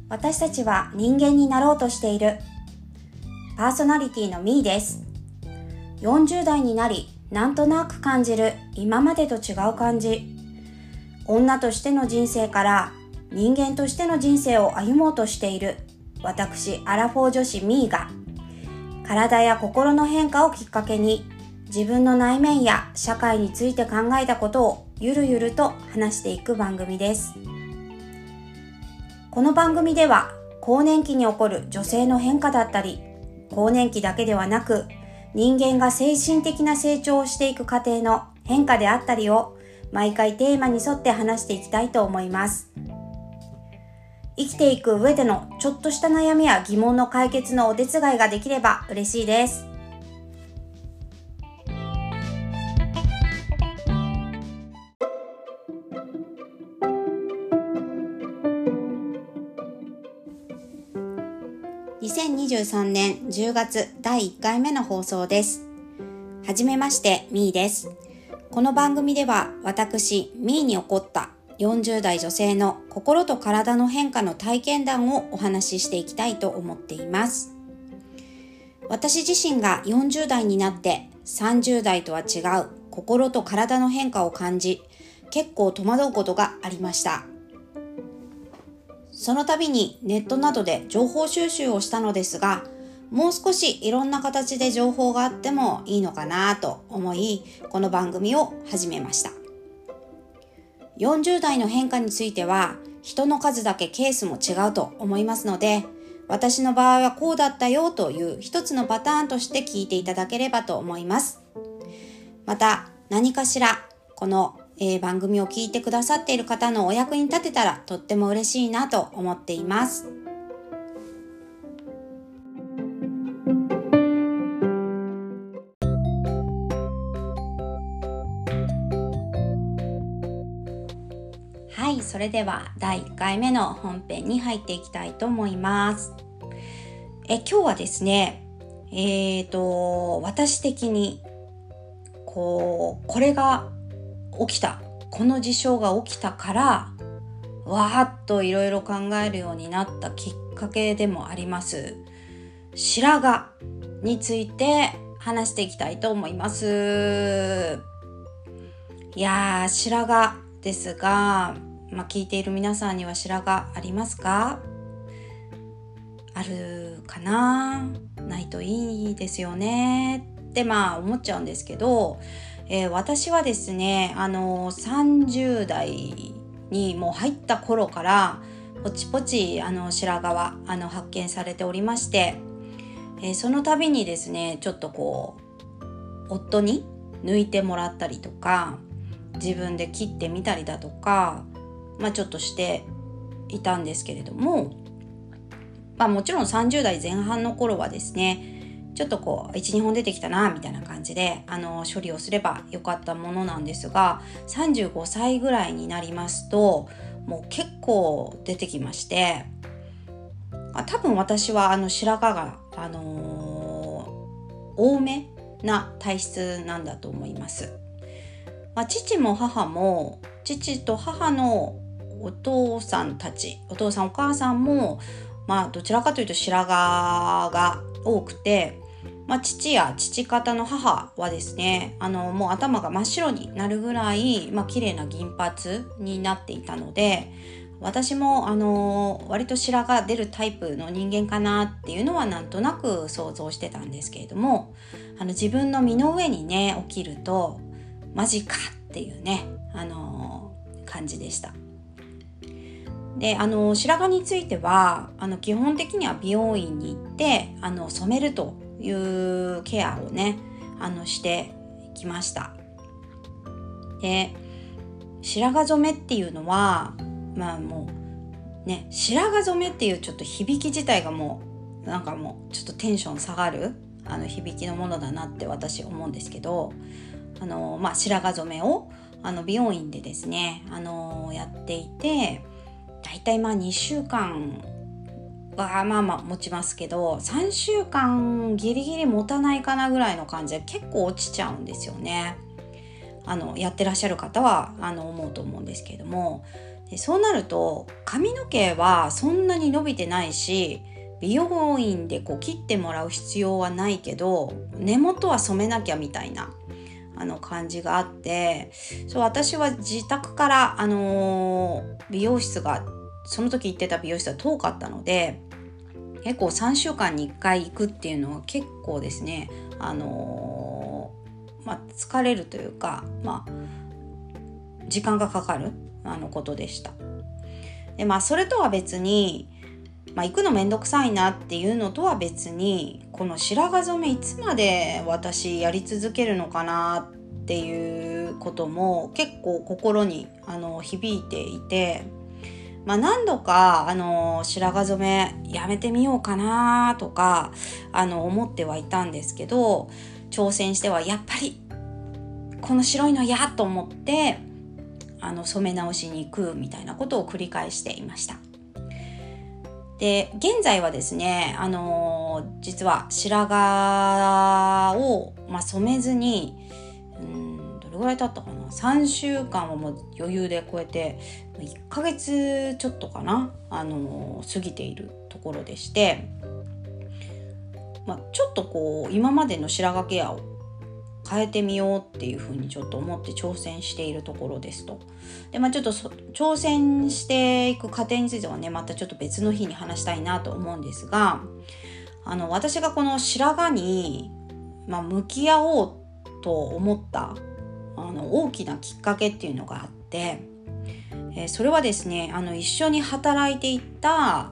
私たちは人間になろうとしている。パーソナリティのみーです。40代になり、なんとなく感じる今までと違う感じ。女としての人生から人間としての人生を歩もうとしている私アラフォー女子みーが、体や心の変化をきっかけに自分の内面や社会について考えたことをゆるゆると話していく番組です。この番組では更年期に起こる女性の変化だったり、更年期だけではなく人間が精神的な成長をしていく過程の変化であったりを毎回テーマに沿って話していきたいと思います。生きていく上でのちょっとした悩みや疑問の解決のお手伝いができれば嬉しいです。2023年10月第1回目の放送です。はじめまして、みーです。この番組では私、みーに起こった40代女性の心と体の変化の体験談をお話ししていきたいと思っています。私自身が40代になって30代とは違う心と体の変化を感じ、結構戸惑うことがありました。その度にネットなどで情報収集をしたのですが、もう少しいろんな形で情報があってもいいのかなと思い、この番組を始めました。40代の変化については、人の数だけケースも違うと思いますので、私の場合はこうだったよという一つのパターンとして聞いていただければと思います。また、何かしらこの番組を聞いてくださっている方のお役に立てたらとっても嬉しいなと思っています。はい、それでは第1回目の本編に入っていきたいと思います。今日はですね、私的にこれが起きた、この事象が起きたからわーっといろいろ考えるようになったきっかけでもあります白髪について話していきたいと思います。いやー、白髪ですが、聞いている皆さんには白髪ありますか？あるかな？ないといいですよねって思っちゃうんですけど、私はですね、30代にもう入った頃からポチポチ白髪は発見されておりまして、その度にですね、ちょっと夫に抜いてもらったりとか、自分で切ってみたりだとか、ちょっとしていたんですけれども、もちろん30代前半の頃はですね、ちょっと1、2本出てきたなみたいな感じで処理をすればよかったものなんですが、35歳ぐらいになりますともう結構出てきまして、多分私は白髪が多めな体質なんだと思います。父も母も、父と母のお父さんたち、お父さんお母さんもどちらかというと白髪が多くて、父や父方の母はですね、もう頭が真っ白になるぐらい、綺麗な銀髪になっていたので、私も割と白髪出るタイプの人間かなっていうのはなんとなく想像してたんですけれども、自分の身の上にね起きるとマジかっていうね感じでした。で白髪については基本的には美容院に行って染めるというケアをねしてきました。で白髪染めっていうのはもうね、白髪染めっていうちょっと響き自体がもうちょっとテンション下がる響きのものだなって私思うんですけど、白髪染めを美容院でですねやっていて、だいたい2週間は持ちますけど、3週間ギリギリ持たないかなぐらいの感じで結構落ちちゃうんですよね。やってらっしゃる方は思うと思うんですけれども、 でそうなると髪の毛はそんなに伸びてないし、美容院で切ってもらう必要はないけど根元は染めなきゃみたいな感じがあって、私は自宅から、美容室がその時行ってた美容室は遠かったので、結構3週間に1回行くっていうのは結構ですね、疲れるというか、時間がかかることでした。でそれとは別に、行くのめんどくさいなっていうのとは別に、この白髪染めいつまで私やり続けるのかなっていうことも結構心に響いていて、何度か白髪染めやめてみようかなとか思ってはいたんですけど、挑戦してはやっぱりこの白いの嫌と思って染め直しに行くみたいなことを繰り返していました。で現在はですね、実は白髪を、染めずにどれぐらい経ったかな、3週間はもう余裕で超えて1ヶ月ちょっとかな、過ぎているところでして、ちょっと今までの白髪ケアを変えてみようっていうふうにちょっと思って挑戦しているところですと。でちょっと挑戦していく過程についてはね、またちょっと別の日に話したいなと思うんですが、私がこの白髪に、向き合おうと思った大きなきっかけっていうのがあって、それはですね、一緒に働いていた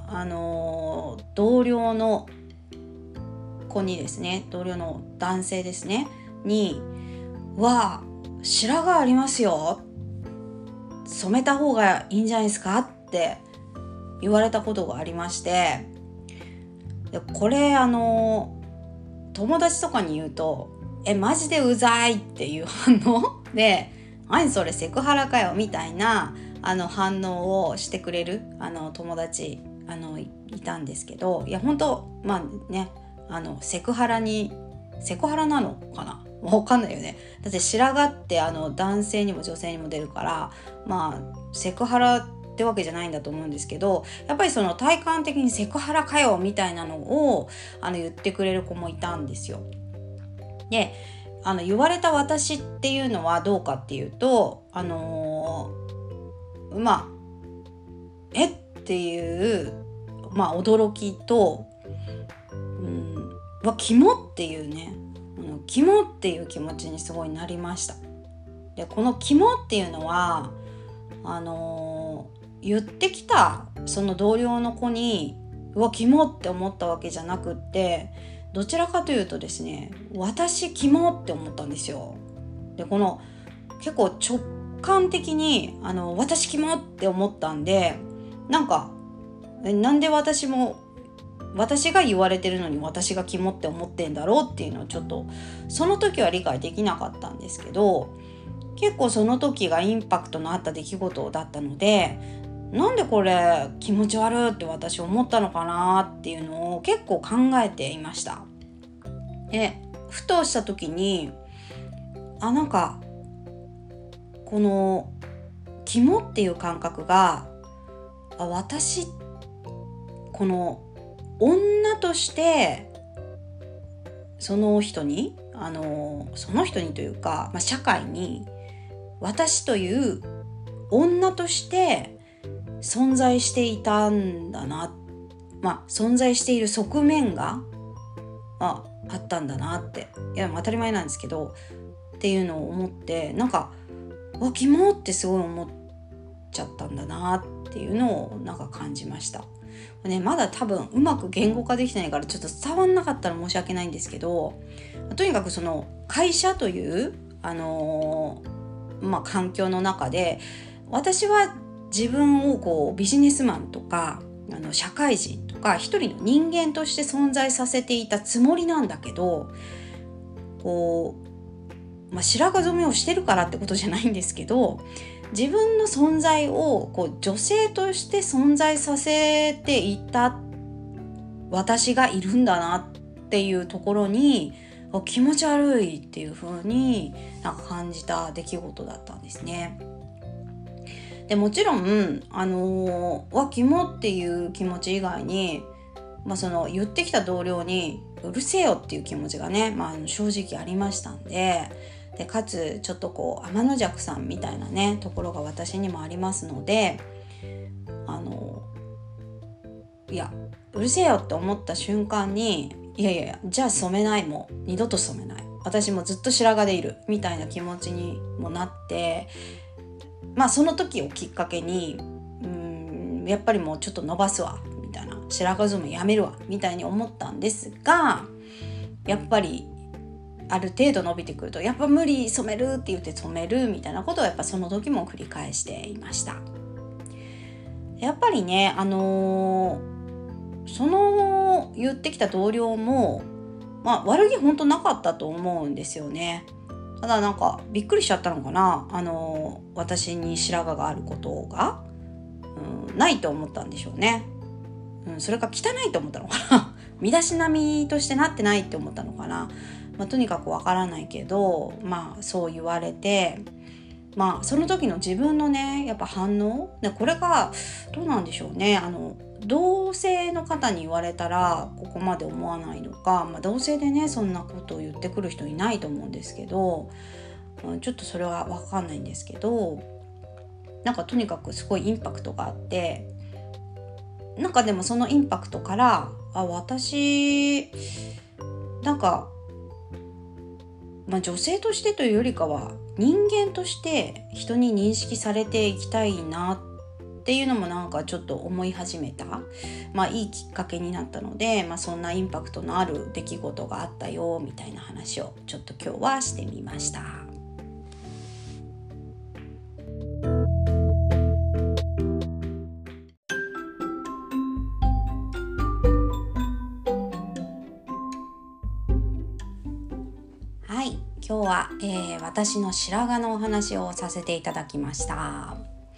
同僚の子にですね、同僚の男性ですねに、白髪ありますよ、染めた方がいいんじゃないですかって言われたことがありまして、でこれ友達とかに言うとマジでうざいっていう反応で、何それセクハラかよみたいな反応をしてくれる友達いたんですけど、いや本当セクハラなのかな、わかんないよね。だって白髪って男性にも女性にも出るから、セクハラってわけじゃないんだと思うんですけど、やっぱりその体感的にセクハラかよみたいなのを言ってくれる子もいたんですよ。で言われた私っていうのはどうかっていうと、っていう驚きと、キモっていうね、キモっていう気持ちにすごいなりました。でこのキモっていうのは言ってきたその同僚の子にキモって思ったわけじゃなくって、どちらかというとですね、私キモって思ったんですよ。でこの結構直感的に私キモって思ったんで、なんで私が言われてるのに私がキモって思ってんだろうっていうのをちょっとその時は理解できなかったんですけど、結構その時がインパクトのあった出来事だったので、なんでこれ気持ち悪いって私思ったのかなっていうのを結構考えていました。でふとした時にこのキモっていう感覚が私この女としてその人にというか、社会に私という女として存在していたんだな、存在している側面があったんだなって、いや当たり前なんですけどっていうのを思って、キモってすごい思っちゃったんだなっていうのを感じました。まだ多分うまく言語化できてないからちょっと伝わんなかったら申し訳ないんですけど、とにかくその会社という環境の中で私は自分をビジネスマンとか社会人とか一人の人間として存在させていたつもりなんだけど、白髪染めをしてるからってことじゃないんですけど、自分の存在を女性として存在させていた私がいるんだなっていうところに気持ち悪いっていう風に感じた出来事だったんですね。 でもちろんキモっていう気持ち以外に、その言ってきた同僚にうるせえよっていう気持ちがね、正直ありましたんで、かつちょっとこう天の弱さんみたいなねところが私にもありますので、いやうるせえよって思った瞬間に、いやじゃあ染めない、もう二度と染めない、私もずっと白髪でいるみたいな気持ちにもなって、その時をきっかけにやっぱりもうちょっと伸ばすわみたいな、白髪染めやめるわみたいに思ったんですが、やっぱりある程度伸びてくると、やっぱ無理、染めるって言って染めるみたいなことをやっぱその時も繰り返していました。やっぱりね、その言ってきた同僚も、悪気本当なかったと思うんですよね。ただなんかびっくりしちゃったのかな、私に白髪があることが、ないと思ったんでしょうね。それか汚いと思ったのかな身だしなみとしてなってないって思ったのかな。とにかくわからないけど、そう言われて、その時の自分のねやっぱ反応、これがどうなんでしょうね。同性の方に言われたらここまで思わないのか、同性でねそんなことを言ってくる人いないと思うんですけど、ちょっとそれは分かんないんですけど、なんかとにかくすごいインパクトがあって、なんかでもそのインパクトから、私なんか、女性としてというよりかは人間として人に認識されていきたいなっていうのもなんかちょっと思い始めた、いいきっかけになったので、そんなインパクトのある出来事があったよみたいな話をちょっと今日はしてみました。はい、今日は、私の白髪のお話をさせていただきました。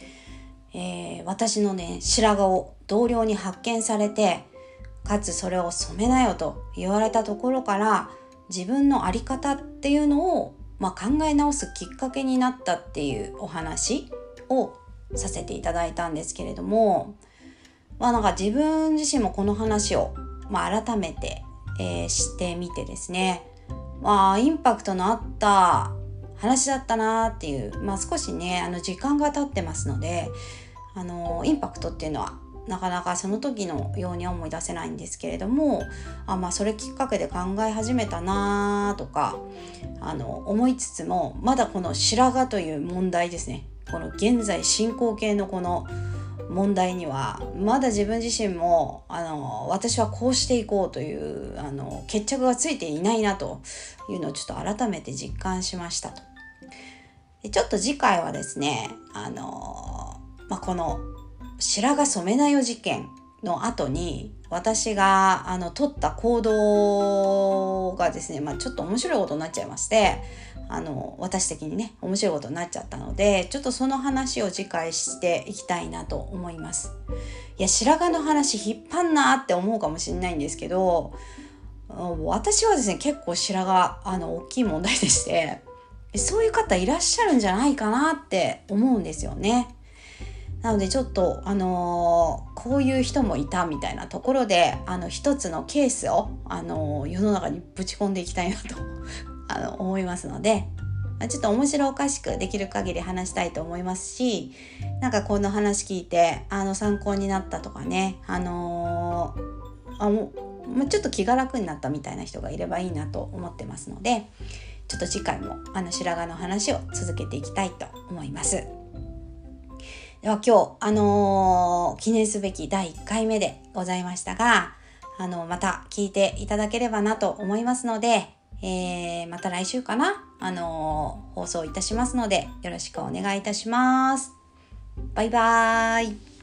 私のね白髪を同僚に発見されて、かつそれを染めなよと言われたところから、自分の在り方っていうのを、考え直すきっかけになったっていうお話をさせていただいたんですけれども、なんか自分自身もこの話を、改めて、してみてですね、インパクトのあった話だったなっていう、少しね時間が経ってますので、インパクトっていうのはなかなかその時のようには思い出せないんですけれども、それきっかけで考え始めたなとか思いつつも、まだこの白髪という問題ですね、この現在進行形のこの問題にはまだ自分自身も私はこうしていこうという決着がついていないなというのをちょっと改めて実感しましたと。でちょっと次回はですねこの白髪染めなよ事件の後に私が取った行動がですね、ちょっと面白いことになっちゃいまして、私的にね面白いことになっちゃったので、ちょっとその話を次回していきたいなと思います。いや白髪の話引っ張んなって思うかもしれないんですけど、私はですね結構白髪大きい問題でして、そういう方いらっしゃるんじゃないかなって思うんですよね。なのでちょっとこういう人もいたみたいなところで一つのケースを世の中にぶち込んでいきたいなと思いますので、ちょっと面白おかしくできる限り話したいと思いますし、なんかこの話聞いて参考になったとかね、もうちょっと気が楽になったみたいな人がいればいいなと思ってますので、ちょっと次回も白髪の話を続けていきたいと思います。では今日、記念すべき第1回目でございましたが、また聞いていただければなと思いますので、また来週かな、放送いたしますのでよろしくお願いいたします。バイバーイ。